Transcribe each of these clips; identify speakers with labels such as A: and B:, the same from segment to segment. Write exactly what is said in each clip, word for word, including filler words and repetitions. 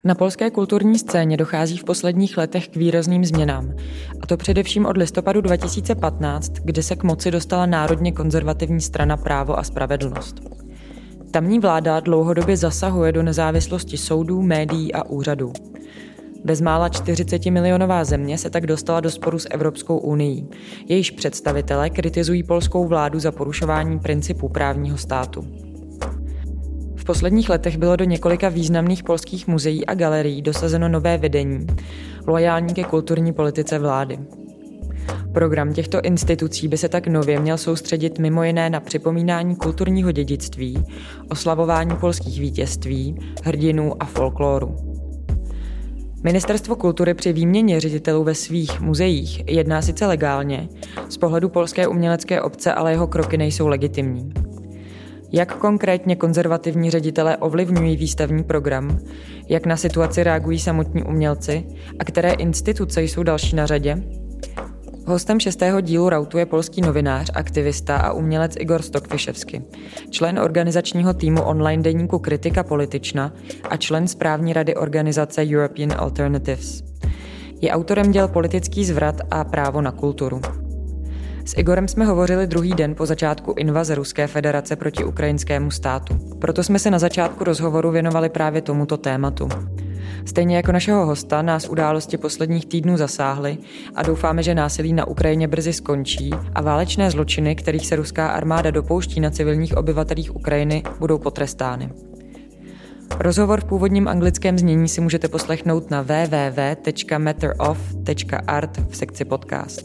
A: Na polské kulturní scéně dochází v posledních letech k výrazným změnám, a to především od listopadu dva tisíce patnáct, kdy se k moci dostala národně konzervativní strana Právo a spravedlnost. Tamní vláda dlouhodobě zasahuje do nezávislosti soudů, médií a úřadů. Bezmála čtyřicetimilionová země se tak dostala do sporu s Evropskou unií. Jejíž představitelé kritizují polskou vládu za porušování principů právního státu. V posledních letech bylo do několika významných polských muzeí a galerií dosazeno nové vedení, loajální ke kulturní politice vlády. Program těchto institucí by se tak nově měl soustředit mimo jiné na připomínání kulturního dědictví, oslavování polských vítězství, hrdinů a folkloru. Ministerstvo kultury při výměně ředitelů ve svých muzeích jedná sice legálně, z pohledu polské umělecké obce ale jeho kroky nejsou legitimní. Jak konkrétně konzervativní ředitelé ovlivňují výstavní program, jak na situaci reagují samotní umělci a které instituce jsou další na řadě? Hostem šestého dílu Rautu je polský novinář, aktivista a umělec Igor Stokfiševsky, člen organizačního týmu online deníku Kritika Politična a člen správní rady organizace European Alternatives. Je autorem děl Politický zvrat a Právo na kulturu. S Igorem jsme hovořili druhý den po začátku invaze Ruské federace proti ukrajinskému státu. Proto jsme se na začátku rozhovoru věnovali právě tomuto tématu. Stejně jako našeho hosta nás události posledních týdnů zasáhly a doufáme, že násilí na Ukrajině brzy skončí a válečné zločiny, kterých se ruská armáda dopouští na civilních obyvatelích Ukrajiny, budou potrestány. Rozhovor v původním anglickém znění si můžete poslechnout na w w w tečka matter of tečka art v sekci podcast.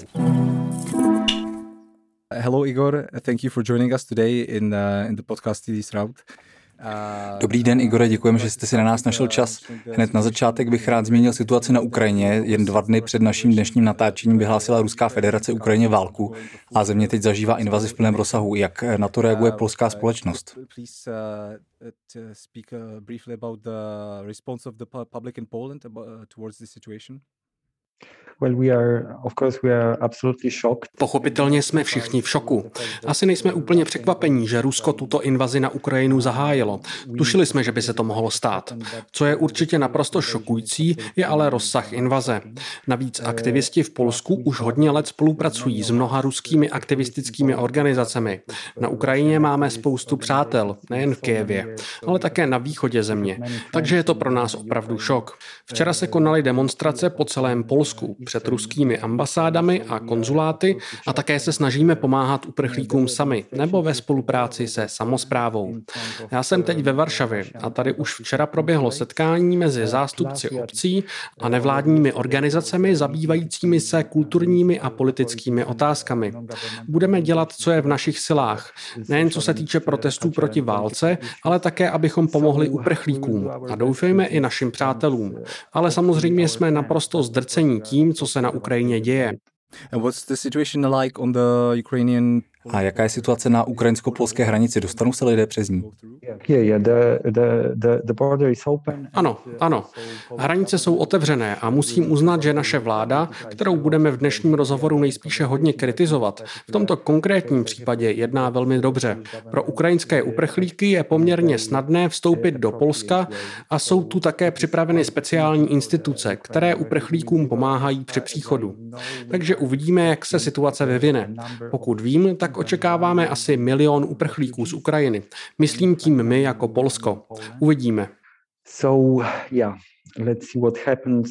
B: Hello Igor, thank you for joining us today in uh, in the podcast T V Route.
C: Dobrý den, Igore, děkujeme, že jste si na nás našel čas. Hned na začátek bych rád zmínil situaci na Ukrajině. Jen dva dny před naším dnešním natáčením vyhlásila Ruská federace Ukrajině válku a země teď zažívá invazi v plném rozsahu. Jak na to reaguje polská společnost?
D: Pochopitelně jsme všichni v šoku. Asi nejsme úplně překvapení, že Rusko tuto invazi na Ukrajinu zahájilo. Tušili jsme, že by se to mohlo stát. Co je určitě naprosto šokující, je ale rozsah invaze. Navíc aktivisti v Polsku už hodně let spolupracují s mnoha ruskými aktivistickými organizacemi. Na Ukrajině máme spoustu přátel, nejen v Kyjevě, ale také na východě země. Takže je to pro nás opravdu šok. Včera se konaly demonstrace po celém Polsku před ruskými ambasádami a konzuláty a také se snažíme pomáhat uprchlíkům sami nebo ve spolupráci se samosprávou. Já jsem teď ve Varšavě a tady už včera proběhlo setkání mezi zástupci obcí a nevládními organizacemi zabývajícími se kulturními a politickými otázkami. Budeme dělat, co je v našich silách, nejen co se týče protestů proti válce, ale také, abychom pomohli uprchlíkům a doufejme i našim přátelům. Ale samozřejmě jsme naprosto zdrcení tím, co se na Ukrajině děje.
C: A jaká je situace na ukrajinsko-polské hranici? Dostanou se lidé přes ní?
D: Ano, ano. Hranice jsou otevřené a musím uznat, že naše vláda, kterou budeme v dnešním rozhovoru nejspíše hodně kritizovat, v tomto konkrétním případě jedná velmi dobře. Pro ukrajinské uprchlíky je poměrně snadné vstoupit do Polska a jsou tu také připraveny speciální instituce, které uprchlíkům pomáhají při příchodu. Takže uvidíme, jak se situace vyvine. Pokud vím, tak očekáváme asi milion uprchlíků z Ukrajiny. Myslím tím my jako Polsko. Uvidíme.
E: So, yeah, let's see what happens.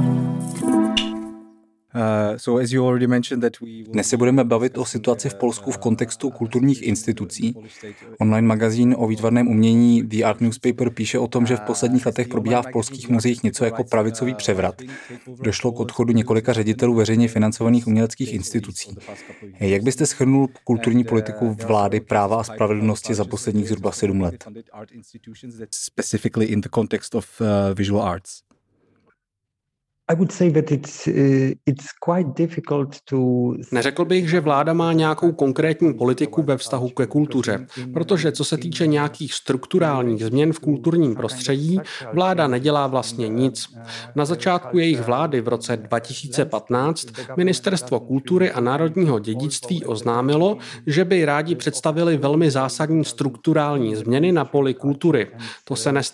C: Dnes se budeme bavit o situaci v Polsku v kontextu kulturních institucí. Online magazín o výtvarném umění The Art Newspaper píše o tom, že v posledních letech probíhá v polských muzeích něco jako pravicový převrat. Došlo k odchodu několika ředitelů veřejně financovaných uměleckých institucí. Jak byste shrnul kulturní politiku vlády Práva a spravedlnosti za posledních zhruba sedm let?
B: Specifically in the context of uh, visual arts.
D: Neřekl bych, že vláda má nějakou konkrétní politiku ve vztahu ke kultuře, protože co se týče nějakých strukturálních změn v kulturním prostředí, vláda nedělá vlastně nic. Na začátku jejich vlády v roce dva tisíce patnáct Ministerstvo kultury a národního dědictví oznámilo, že by rádi představili velmi zásadní strukturální změny na poli kultury. To se nestalo.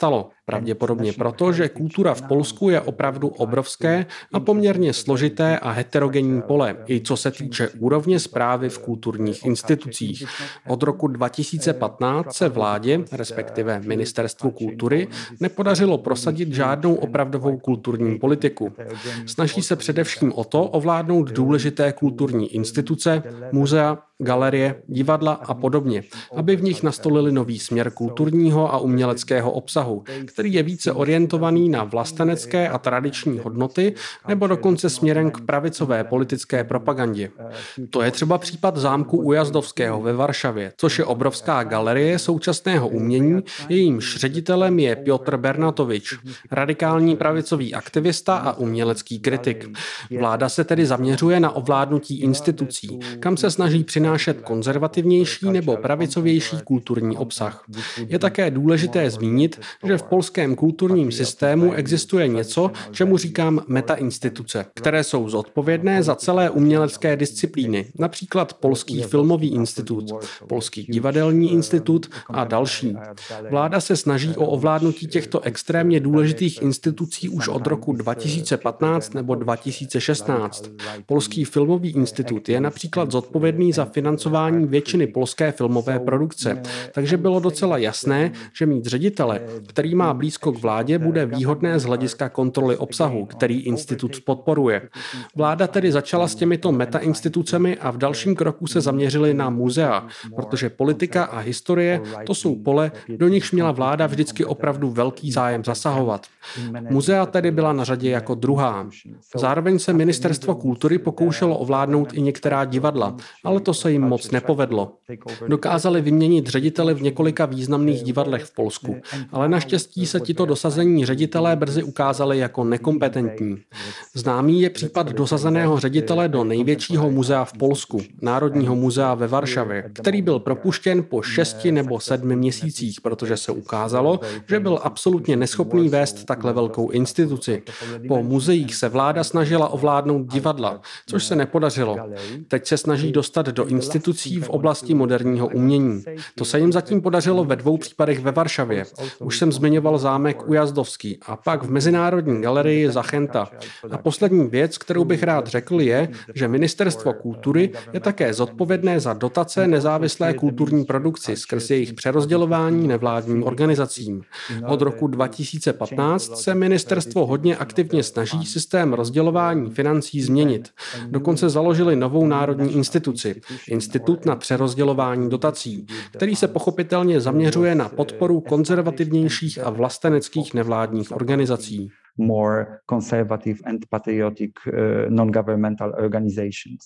D: Pravděpodobně proto, že kultura v Polsku je opravdu obrovské a poměrně složité a heterogenní pole, i co se týče úrovně správy v kulturních institucích. Od roku dva tisíce patnáct se vládě, respektive Ministerstvu kultury, nepodařilo prosadit žádnou opravdovou kulturní politiku. Snaží se především o to ovládnout důležité kulturní instituce, muzea, galerie, divadla a podobně, aby v nich nastolili nový směr kulturního a uměleckého obsahu, který je více orientovaný na vlastenecké a tradiční hodnoty nebo dokonce směrem k pravicové politické propagandě. To je třeba případ zámku Ujazdovského ve Varšavě, což je obrovská galerie současného umění, jejímž ředitelem je Piotr Bernatovič, radikální pravicový aktivista a umělecký kritik. Vláda se tedy zaměřuje na ovládnutí institucí, kam se snaží přinášet konzervativnější nebo pravicovější kulturní obsah. Je také důležité zmínit, že v polském kulturním systému existuje něco, čemu říkám metainstituce, které jsou zodpovědné za celé umělecké disciplíny, například Polský filmový institut, Polský divadelní institut a další. Vláda se snaží o ovládnutí těchto extrémně důležitých institucí už od roku dva tisíce patnáct nebo dva tisíce šestnáct. Polský filmový institut je například zodpovědný za financování většiny polské filmové produkce, takže bylo docela jasné, že mít ředitele, který má blízko k vládě, bude výhodné z hlediska kontroly obsahu, který institut podporuje. Vláda tedy začala s těmito metainstitucemi a v dalším kroku se zaměřili na muzea, protože politika a historie to jsou pole, do nichž měla vláda vždycky opravdu velký zájem zasahovat. Muzea tedy byla na řadě jako druhá. Zároveň se Ministerstvo kultury pokoušelo ovládnout i některá divadla, ale to se jim moc nepovedlo. Dokázali vyměnit ředitele v několika významných divadlech v Polsku, ale naštěstí se tito dosazení ředitelé brzy ukázali jako nekompetentní. Známý je případ dosazeného ředitele do největšího muzea v Polsku, Národního muzea ve Varšavě, který byl propuštěn po šesti nebo sedmi měsících, protože se ukázalo, že byl absolutně neschopný vést takhle velkou instituci. Po muzeích se vláda snažila ovládnout divadla, což se nepodařilo. Teď se snaží dostat do institucí v oblasti moderního umění. To se jim zatím podařilo ve dvou případech ve Varšavě. Už jsem zmiňoval zámek Ujazdovský a pak v Mezinárodní galerii Zachenta. A poslední věc, kterou bych rád řekl, je, že Ministerstvo kultury je také zodpovědné za dotace nezávislé kulturní produkci skrz jejich přerozdělování nevládním organizacím. Od roku dva tisíce patnáct se ministerstvo hodně aktivně snaží systém rozdělování financí změnit. Dokonce založili novou národní instituci, Institut na přerozdělování dotací, který se pochopitelně zaměřuje na podporu konzervativnějších a vlasteneckých nevládních organizací.
E: More conservative and patriotic uh, non-governmental organizations.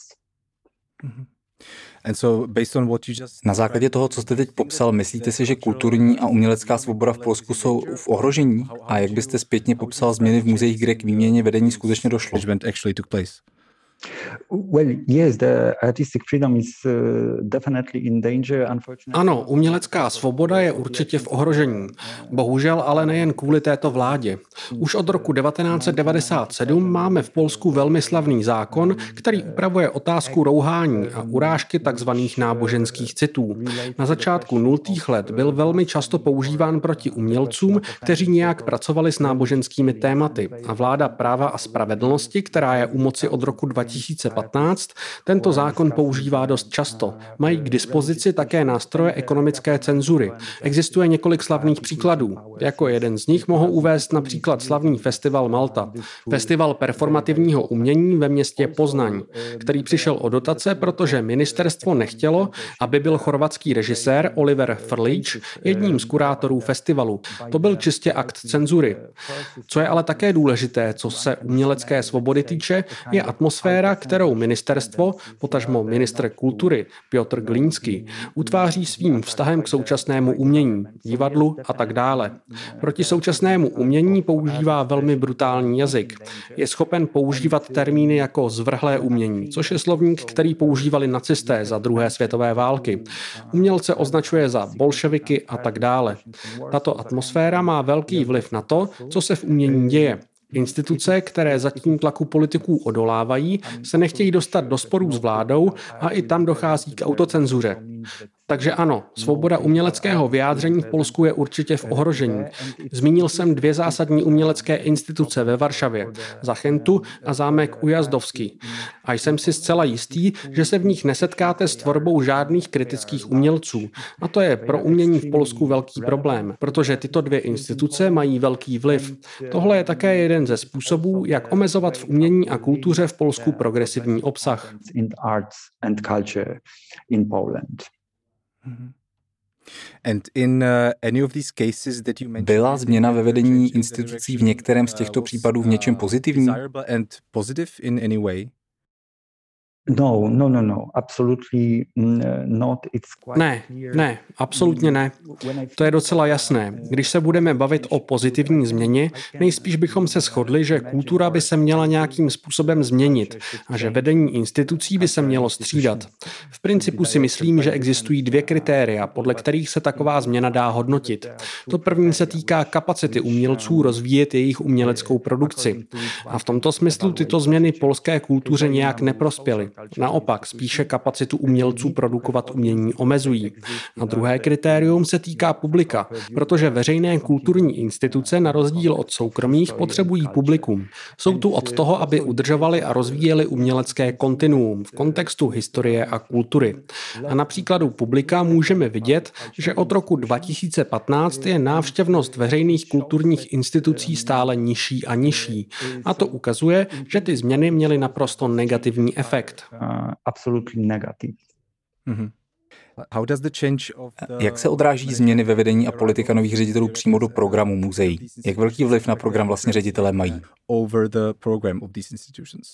C: Na základě toho, co jste teď popsal, myslíte si, že kulturní a umělecká svoboda v Polsku jsou v ohrožení? A jak byste zpětně popsal změny v muzeích, kde k výměně vedení skutečně došlo?
D: Ano, umělecká svoboda je určitě v ohrožení. Bohužel ale nejen kvůli této vládě. Už od roku devatenáct set devadesát sedm máme v Polsku velmi slavný zákon, který upravuje otázku rouhání a urážky tzv. Náboženských citů. Na začátku nultých let byl velmi často používán proti umělcům, kteří nějak pracovali s náboženskými tématy. A vláda Práva a spravedlnosti, která je u moci od roku dva tisíce patnáct, tento zákon používá dost často. Mají k dispozici také nástroje ekonomické cenzury. Existuje několik slavných příkladů. Jako jeden z nich mohou uvést například slavný festival Malta, festival performativního umění ve městě Poznaň, který přišel o dotace, protože ministerstvo nechtělo, aby byl chorvatský režisér Oliver Frljić jedním z kurátorů festivalu. To byl čistě akt cenzury. Co je ale také důležité, co se umělecké svobody týče, je atmosféra, kterou ministerstvo, potažmo ministr kultury Piotr Glínský, utváří svým vztahem k současnému umění, divadlu a tak dále. Proti současnému umění používá velmi brutální jazyk. Je schopen používat termíny jako zvrhlé umění, což je slovník, který používali nacisté za druhé světové války. Umělce označuje za bolševiky a tak dále. Tato atmosféra má velký vliv na to, co se v umění děje. Instituce, které zatím tlaku politiků odolávají, se nechtějí dostat do sporů s vládou a i tam dochází k autocenzuře. Takže ano, svoboda uměleckého vyjádření v Polsku je určitě v ohrožení. Zmínil jsem dvě zásadní umělecké instituce ve Varšavě, Zachentu a zámek Ujazdowski. A jsem si zcela jistý, že se v nich nesetkáte s tvorbou žádných kritických umělců. A to je pro umění v Polsku velký problém, protože tyto dvě instituce mají velký vliv. Tohle je také jeden ze způsobů, jak omezovat v umění a kultuře v Polsku progresivní obsah.
C: Byla změna ve vedení institucí v některém z těchto případů v něčem pozitivní?
E: No, no, no, no, absolutely not. It's quite
D: Ne, ne, absolutně ne. To je docela jasné. Když se budeme bavit o pozitivní změně, nejspíš bychom se shodli, že kultura by se měla nějakým způsobem změnit a že vedení institucí by se mělo střídat. V principu si myslím, že existují dvě kritéria, podle kterých se taková změna dá hodnotit. To první se týká kapacity umělců rozvíjet jejich uměleckou produkci. A v tomto smyslu tyto změny polské kultuře nějak neprospěly. Naopak, spíše kapacitu umělců produkovat umění omezují. A druhé kritérium se týká publika, protože veřejné kulturní instituce na rozdíl od soukromých potřebují publikum. Jsou tu od toho, aby udržovali a rozvíjeli umělecké kontinuum v kontextu historie a kultury. A na příkladu publika můžeme vidět, že od roku dva tisíce patnáct je návštěvnost veřejných kulturních institucí stále nižší a nižší. A to ukazuje, že ty změny měly naprosto negativní efekt.
E: Uh, absolutely negative.
B: Mm-hmm.
C: Jak se odráží změny ve vedení a politika nových ředitelů přímo do programu muzeí? Jak velký vliv na program vlastně ředitelé mají?
B: Over the program of these institutions?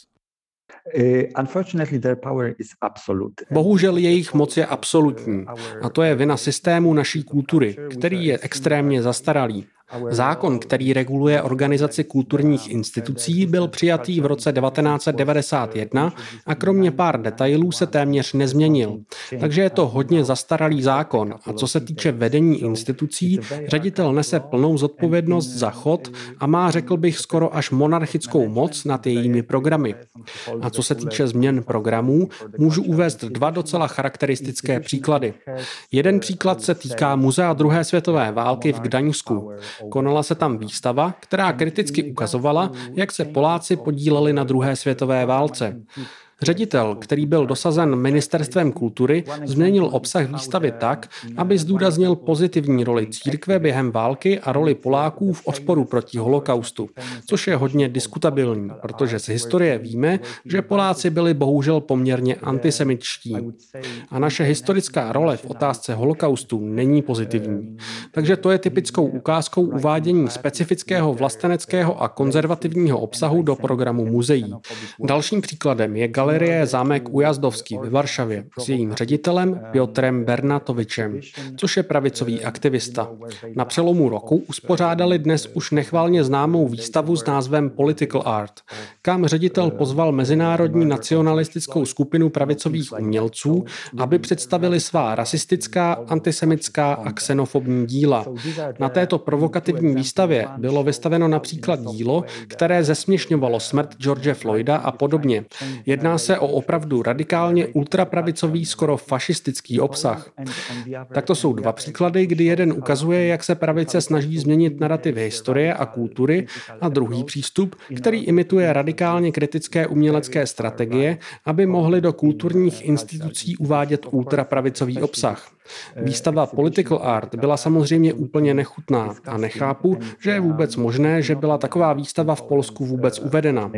D: Bohužel jejich moc je absolutní a to je vina systému naší kultury, který je extrémně zastaralý. Zákon, který reguluje organizaci kulturních institucí, byl přijatý v roce devatenáct set devadesát jedna a kromě pár detailů se téměř nezměnil. Takže je to hodně zastaralý zákon a co se týče vedení institucí, ředitel nese plnou zodpovědnost za chod a má, řekl bych, skoro až monarchickou moc nad jejími programy. A co se týče změn programů, můžu uvést dva docela charakteristické příklady. Jeden příklad se týká muzea druhé světové války v Gdaňsku. Konala se tam výstava, která kriticky ukazovala, jak se Poláci podíleli na druhé světové válce. Ředitel, který byl dosazen ministerstvem kultury, změnil obsah výstavy tak, aby zdůraznil pozitivní roli církve během války a roli Poláků v odporu proti holokaustu, což je hodně diskutabilní, protože z historie víme, že Poláci byli bohužel poměrně antisemitští. A naše historická role v otázce holokaustu není pozitivní. Takže to je typickou ukázkou uvádění specifického vlasteneckého a konzervativního obsahu do programu muzeí. Dalším příkladem je galerie zámek Ujazdowski ve Varšavě s jejím ředitelem Piotrem Bernatovičem, což je pravicový aktivista. Na přelomu roku uspořádali dnes už nechvalně známou výstavu s názvem Political Art, kam ředitel pozval mezinárodní nacionalistickou skupinu pravicových umělců, aby představili svá rasistická, antisemitská a xenofobní díla. Na této provokativní výstavě bylo vystaveno například dílo, které zesměšňovalo smrt George Floyda a podobně. Jedná se o opravdu radikálně ultrapravicový, skoro fašistický obsah. Tak to jsou dva příklady, kdy jeden ukazuje, jak se pravice snaží změnit narrativy historie a kultury, a druhý přístup, který imituje radikálně kritické umělecké strategie, aby mohli do kulturních institucí uvádět ultrapravicový obsah. Výstava Political Art byla samozřejmě úplně nechutná a nechápu, že je vůbec možné, že byla taková výstava v Polsku vůbec uvedena.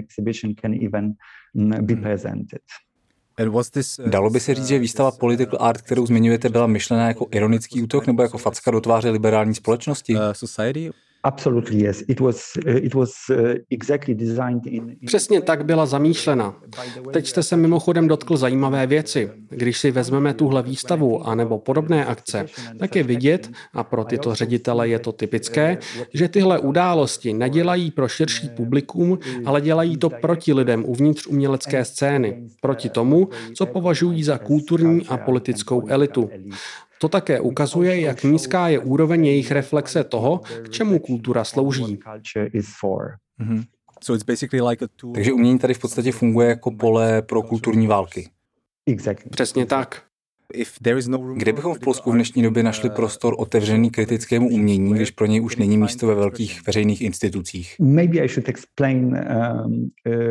C: Dalo by se říct, že výstava Political Art, kterou zmiňujete, byla myšlená jako ironický útok nebo jako facka do tváře liberální společnosti?
E: Absolutely yes. It was uh, it was uh, exactly designed in, in
D: Přesně tak byla zamýšlena. Teď jste se mimochodem dotkl zajímavé věci. Když si vezmeme tuhle výstavu anebo podobné akce, tak je vidět, a pro tyto ředitele je to typické, že tyhle události nedělají pro širší publikum, ale dělají to proti lidem uvnitř umělecké scény, proti tomu, co považují za kulturní a politickou elitu. To také ukazuje, jak nízká je úroveň jejich reflexe toho, k čemu kultura slouží.
B: Mm-hmm. So it's basically like a tool.
C: Takže umění tady v podstatě funguje jako pole pro kulturní války.
D: Přesně tak.
C: Kde bychom v Polsku v dnešní době našli prostor otevřený kritickému umění, když pro něj už není místo ve velkých veřejných institucích?
E: Maybe I should explain um,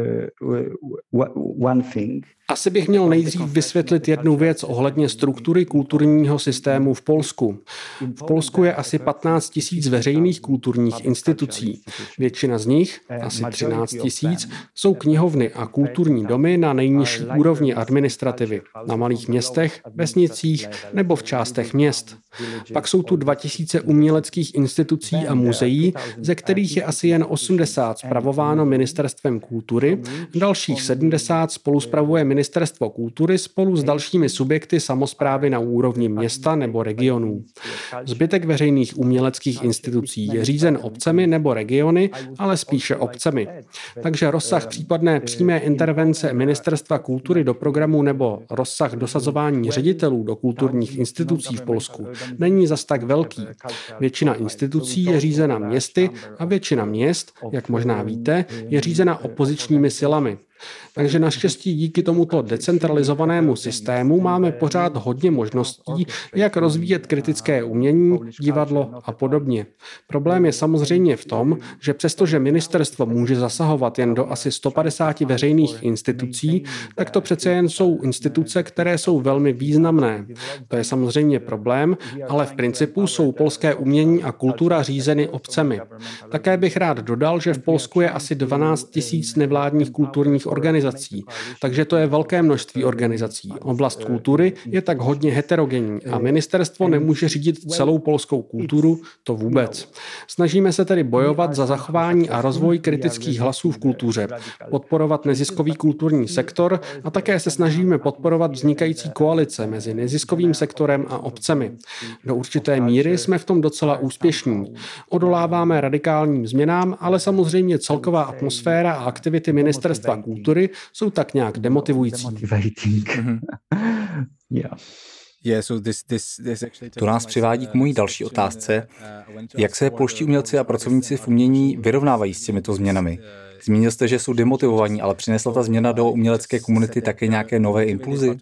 E: uh, one thing.
D: Asi bych měl nejdřív vysvětlit jednu věc ohledně struktury kulturního systému v Polsku. V Polsku je asi patnáct tisíc veřejných kulturních institucí. Většina z nich, asi třináct tisíc, jsou knihovny a kulturní domy na nejnižší úrovni administrativy, na malých městech, vesnicích nebo v částech měst. Pak jsou tu dva tisíce uměleckých institucí a muzeí, ze kterých je asi jen osmdesát spravováno Ministerstvem kultury, dalších sedmdesát spolu spravuje Ministerstvo kultury spolu s dalšími subjekty samosprávy na úrovni města nebo regionů. Zbytek veřejných uměleckých institucí je řízen obcemi nebo regiony, ale spíše obcemi. Takže rozsah případné přímé intervence Ministerstva kultury do programu nebo rozsah dosazování ředitelů do kulturních institucí v Polsku není zas tak velký. Většina institucí je řízena městy a většina měst, jak možná víte, je řízena opozičními silami. Takže naštěstí díky tomuto decentralizovanému systému máme pořád hodně možností, jak rozvíjet kritické umění, divadlo a podobně. Problém je samozřejmě v tom, že přestože ministerstvo může zasahovat jen do asi sto padesáti veřejných institucí, tak to přece jen jsou instituce, které jsou velmi významné. To je samozřejmě problém, ale v principu jsou polské umění a kultura řízeny obcemi. Také bych rád dodal, že v Polsku je asi dvanáct tisíc nevládních kulturních organizací, takže to je velké množství organizací. Oblast kultury je tak hodně heterogenní a ministerstvo nemůže řídit celou polskou kulturu, to vůbec. Snažíme se tedy bojovat za zachování a rozvoj kritických hlasů v kultuře, podporovat neziskový kulturní sektor a také se snažíme podporovat vznikající koalice mezi neziskovým sektorem a obcemi. Do určité míry jsme v tom docela úspěšní. Odoláváme radikálním změnám, ale samozřejmě celková atmosféra a aktivity ministerstva kultury jsou tak nějak demotivující.
C: To nás přivádí k mojí další otázce. Jak se polští umělci a pracovníci v umění vyrovnávají s těmito změnami? Zmínil jste, že jsou demotivovaní, ale přinesla ta změna do umělecké komunity také nějaké nové impulzy?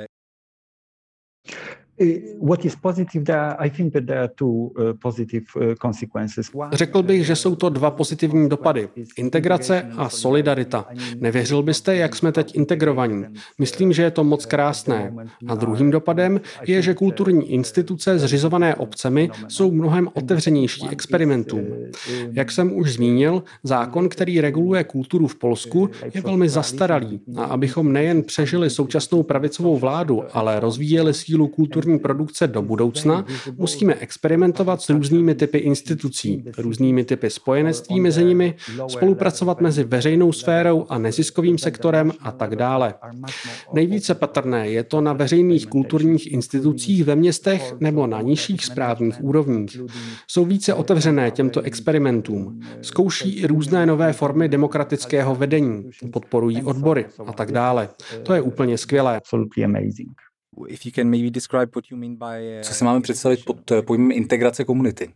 D: Řekl bych, že jsou to dva pozitivní dopady. Integrace a solidarita. Nevěřil byste, jak jsme teď integrovaní. Myslím, že je to moc krásné. A druhým dopadem je, že kulturní instituce zřizované obcemi jsou mnohem otevřenější experimentům. Jak jsem už zmínil, zákon, který reguluje kulturu v Polsku, je velmi zastaralý. A abychom nejen přežili současnou pravicovou vládu, ale rozvíjeli sílu kulturní produkce do budoucna, musíme experimentovat s různými typy institucí, různými typy spojenectví mezi nimi, spolupracovat mezi veřejnou sférou a neziskovým sektorem a tak dále. Nejvíce patrné je to na veřejných kulturních institucích ve městech nebo na nižších správních úrovních. Jsou více otevřené těmto experimentům. Zkouší i různé nové formy demokratického vedení, podporují odbory a tak dále. To je úplně skvělé.
C: Co si máme představit pod pojmem integrace komunity?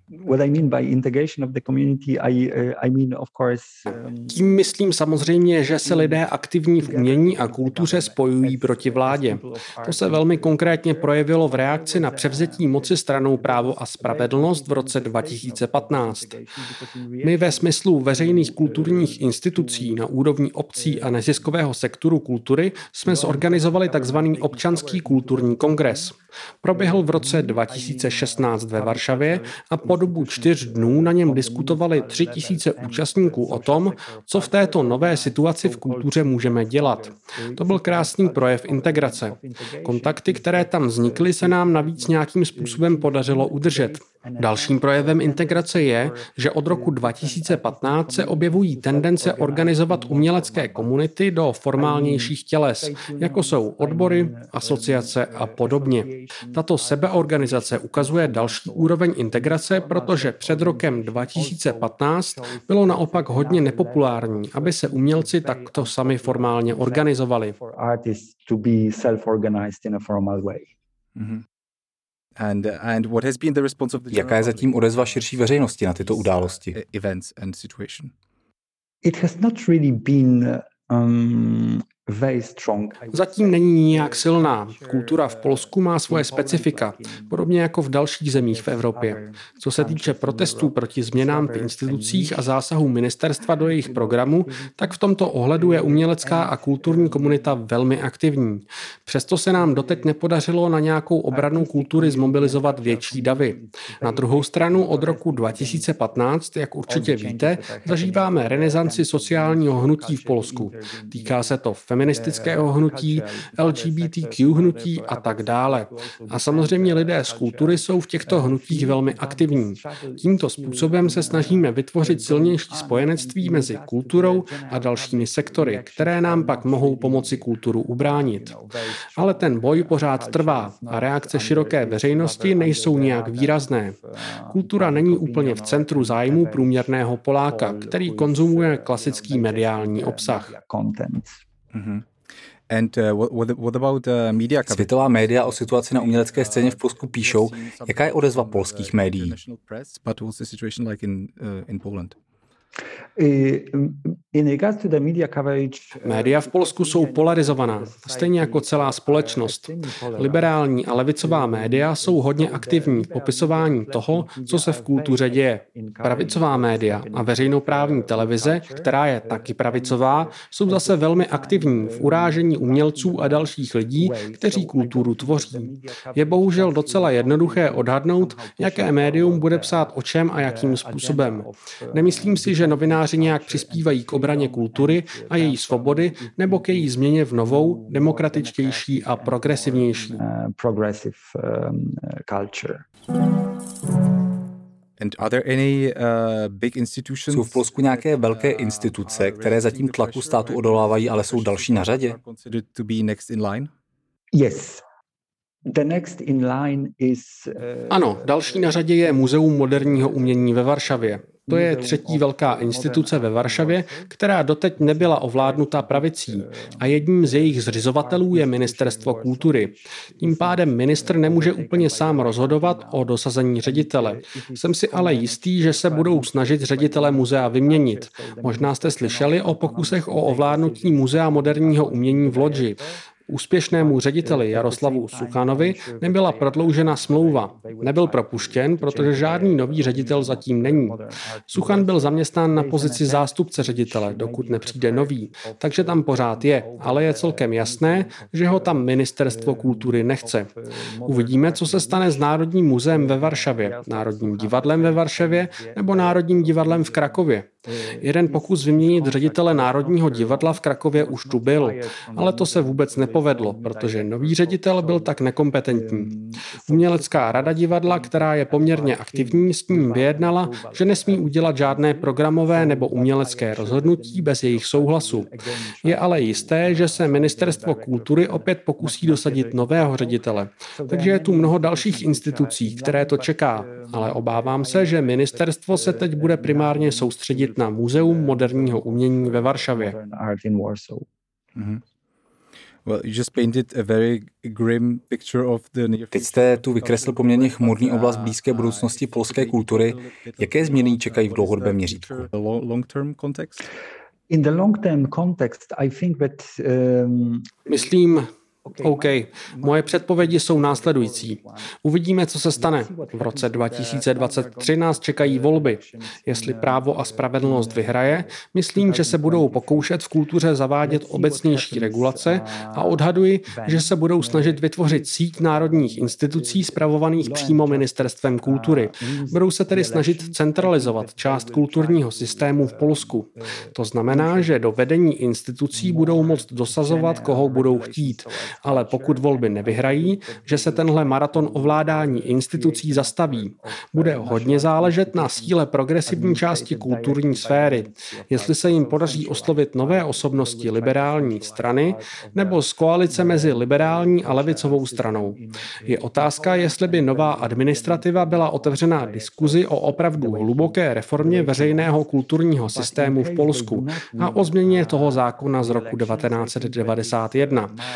D: Tím myslím samozřejmě, že se lidé aktivní v umění a kultuře spojují proti vládě. To se velmi konkrétně projevilo v reakci na převzetí moci stranou Právo a spravedlnost v roce dva tisíce patnáct. My ve smyslu veřejných kulturních institucí na úrovni obcí a neziskového sektoru kultury jsme zorganizovali takzvaný občanský kulturní kongres. Proběhl v roce dva tisíce šestnáct ve Varšavě a po dobu čtyř dnů na něm diskutovali tři tisíce účastníků o tom, co v této nové situaci v kultuře můžeme dělat. To byl krásný projev integrace. Kontakty, které tam vznikly, se nám navíc nějakým způsobem podařilo udržet. Dalším projevem integrace je, že od roku dva tisíce patnáct se objevují tendence organizovat umělecké komunity do formálnějších těles, jako jsou odbory, asociace a podobně. Tato sebeorganizace ukazuje další úroveň integrace, protože před rokem dva tisíce patnáct bylo naopak hodně nepopulární, aby se umělci takto sami formálně organizovali.
B: And, and what has been the response of the
C: Jaká je zatím odezva širší veřejnosti na tyto události?
B: Events and situation.
E: It has not really been um,
D: Zatím není nijak silná. Kultura v Polsku má svoje specifika, podobně jako v dalších zemích v Evropě. Co se týče protestů proti změnám v institucích a zásahů ministerstva do jejich programu, tak v tomto ohledu je umělecká a kulturní komunita velmi aktivní. Přesto se nám doteď nepodařilo na nějakou obranu kultury zmobilizovat větší davy. Na druhou stranu od roku dva tisíce patnáct, jak určitě víte, zažíváme renesanci sociálního hnutí v Polsku. Týká se to feministického hnutí, L G B T Q hnutí a tak dále. A samozřejmě lidé z kultury jsou v těchto hnutích velmi aktivní. Tímto způsobem se snažíme vytvořit silnější spojenectví mezi kulturou a dalšími sektory, které nám pak mohou pomoci kulturu ubránit. Ale ten boj pořád trvá a reakce široké veřejnosti nejsou nijak výrazné. Kultura není úplně v centru zájmu průměrného Poláka, který konzumuje klasický mediální obsah.
B: Mm-hmm. And uh, what, what about uh, media?
C: Světová média o situaci na umělecké scéně v Polsku píšou. Jaká je odezva polských médií?
B: But what's the situation like in uh, in Poland?
D: Média v Polsku jsou polarizovaná, stejně jako celá společnost. Liberální a levicová média jsou hodně aktivní v popisování toho, co se v kultuře děje. Pravicová média a veřejnoprávní televize, která je taky pravicová, jsou zase velmi aktivní v urážení umělců a dalších lidí, kteří kulturu tvoří. Je bohužel docela jednoduché odhadnout, jaké médium bude psát o čem a jakým způsobem. Nemyslím si, že novináři nějak přispívají k obraně kultury a její svobody nebo k její změně v novou, demokratičtější a progresivnější.
B: And are there any uh, big institutions?
C: Jsou v Polsku nějaké velké instituce, které zatím tlaku státu odolávají, ale jsou další na řadě?
B: To be next in line?
E: Yes. The next in line is, uh,
D: ano, další na řadě je Muzeum moderního umění ve Varšavě. To je třetí velká instituce ve Varšavě, která doteď nebyla ovládnuta pravicí a jedním z jejich zřizovatelů je Ministerstvo kultury. Tím pádem ministr nemůže úplně sám rozhodovat o dosazení ředitele. Jsem si ale jistý, že se budou snažit ředitele muzea vyměnit. Možná jste slyšeli o pokusech o ovládnutí Muzea moderního umění v Lodži. Úspěšnému řediteli Jaroslavu Suchanovi nebyla prodloužena smlouva. Nebyl propuštěn, protože žádný nový ředitel zatím není. Suchan byl zaměstnán na pozici zástupce ředitele, dokud nepřijde nový, takže tam pořád je, ale je celkem jasné, že ho tam Ministerstvo kultury nechce. Uvidíme, co se stane s Národním muzeem ve Varšavě, Národním divadlem ve Varšavě nebo Národním divadlem v Krakově. Jeden pokus vyměnit ředitele Národního divadla v Krakově už tu byl, ale to se vůbec nepovedlo, protože nový ředitel byl tak nekompetentní. Umělecká rada divadla, která je poměrně aktivní, s ním vyjednala, že nesmí udělat žádné programové nebo umělecké rozhodnutí bez jejich souhlasu. Je ale jisté, že se Ministerstvo kultury opět pokusí dosadit nového ředitele. Takže je tu mnoho dalších institucí, které to čeká, ale obávám se, že ministerstvo se teď bude primárně soustředit na Muzeum moderního umění ve Varšavě.
B: Mm-hmm. Well, you just painted a very grim picture of the near future.
C: Teď jste tu vykreslil poměrně chmurný oblast blízké budoucnosti polské kultury. Jaké změny čekají v dlouhodobém měřítku?
B: Long-term context?
E: In the long-term context, I think that um,
D: Myslím, OK. Moje předpovědi jsou následující. Uvidíme, co se stane. V roce dva tisíce dvacet tři nás čekají volby. Jestli Právo a spravedlnost vyhraje, myslím, že se budou pokoušet v kultuře zavádět obecnější regulace a odhaduji, že se budou snažit vytvořit síť národních institucí spravovaných přímo Ministerstvem kultury. Budou se tedy snažit centralizovat část kulturního systému v Polsku. To znamená, že do vedení institucí budou moct dosazovat, koho budou chtít. Ale pokud volby nevyhrají, že se tenhle maraton ovládání institucí zastaví. Bude hodně záležet na síle progresivní části kulturní sféry. Jestli se jim podaří oslovit nové osobnosti liberální strany nebo z koalice mezi liberální a levicovou stranou. Je otázka, jestli by nová administrativa byla otevřená diskuzi o opravdu hluboké reformě veřejného kulturního systému v Polsku a o změně toho zákona z roku devatenáct set devadesát jedna.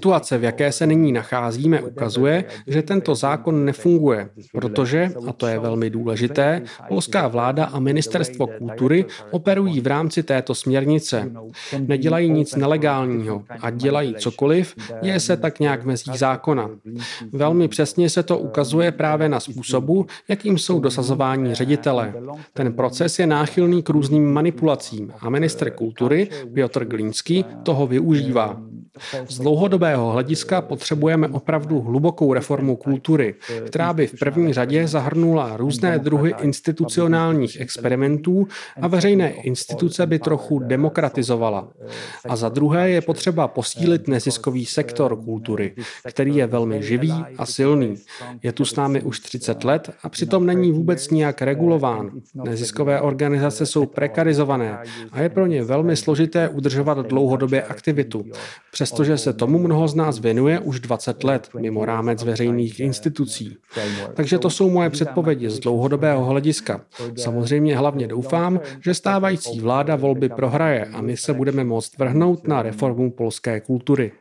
D: Situace, v jaké se nyní nacházíme, ukazuje, že tento zákon nefunguje, protože, a to je velmi důležité, polská vláda a ministerstvo kultury operují v rámci této směrnice. Nedělají nic nelegálního a dělají cokoliv, děje se tak nějak v mezích zákona. Velmi přesně se to ukazuje právě na způsobu, jakým jsou dosazováni ředitele. Ten proces je náchylný k různým manipulacím a ministr kultury Piotr Glínský toho využívá. Z dlouhodobého hlediska potřebujeme opravdu hlubokou reformu kultury, která by v první řadě zahrnula různé druhy institucionálních experimentů a veřejné instituce by trochu demokratizovala. A za druhé je potřeba posílit neziskový sektor kultury, který je velmi živý a silný. Je tu s námi už třicet let a přitom není vůbec nijak regulován. Neziskové organizace jsou prekarizované a je pro ně velmi složité udržovat dlouhodobě aktivitu. Přestože se tomu mnoho z nás věnuje už dvacet let mimo rámec veřejných institucí. Takže to jsou moje předpovědi z dlouhodobého hlediska. Samozřejmě hlavně doufám, že stávající vláda volby prohraje a my se budeme moct vrhnout na reformu polské kultury.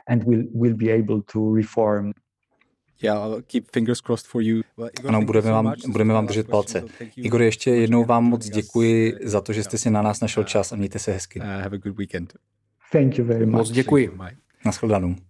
C: Ano, budeme vám, budeme vám držet palce. Igor, ještě jednou vám moc děkuji za to, že jste si na nás našel čas a mějte se hezky.
E: Thank you very much.
D: Moc děkuji.
C: Naschledanou.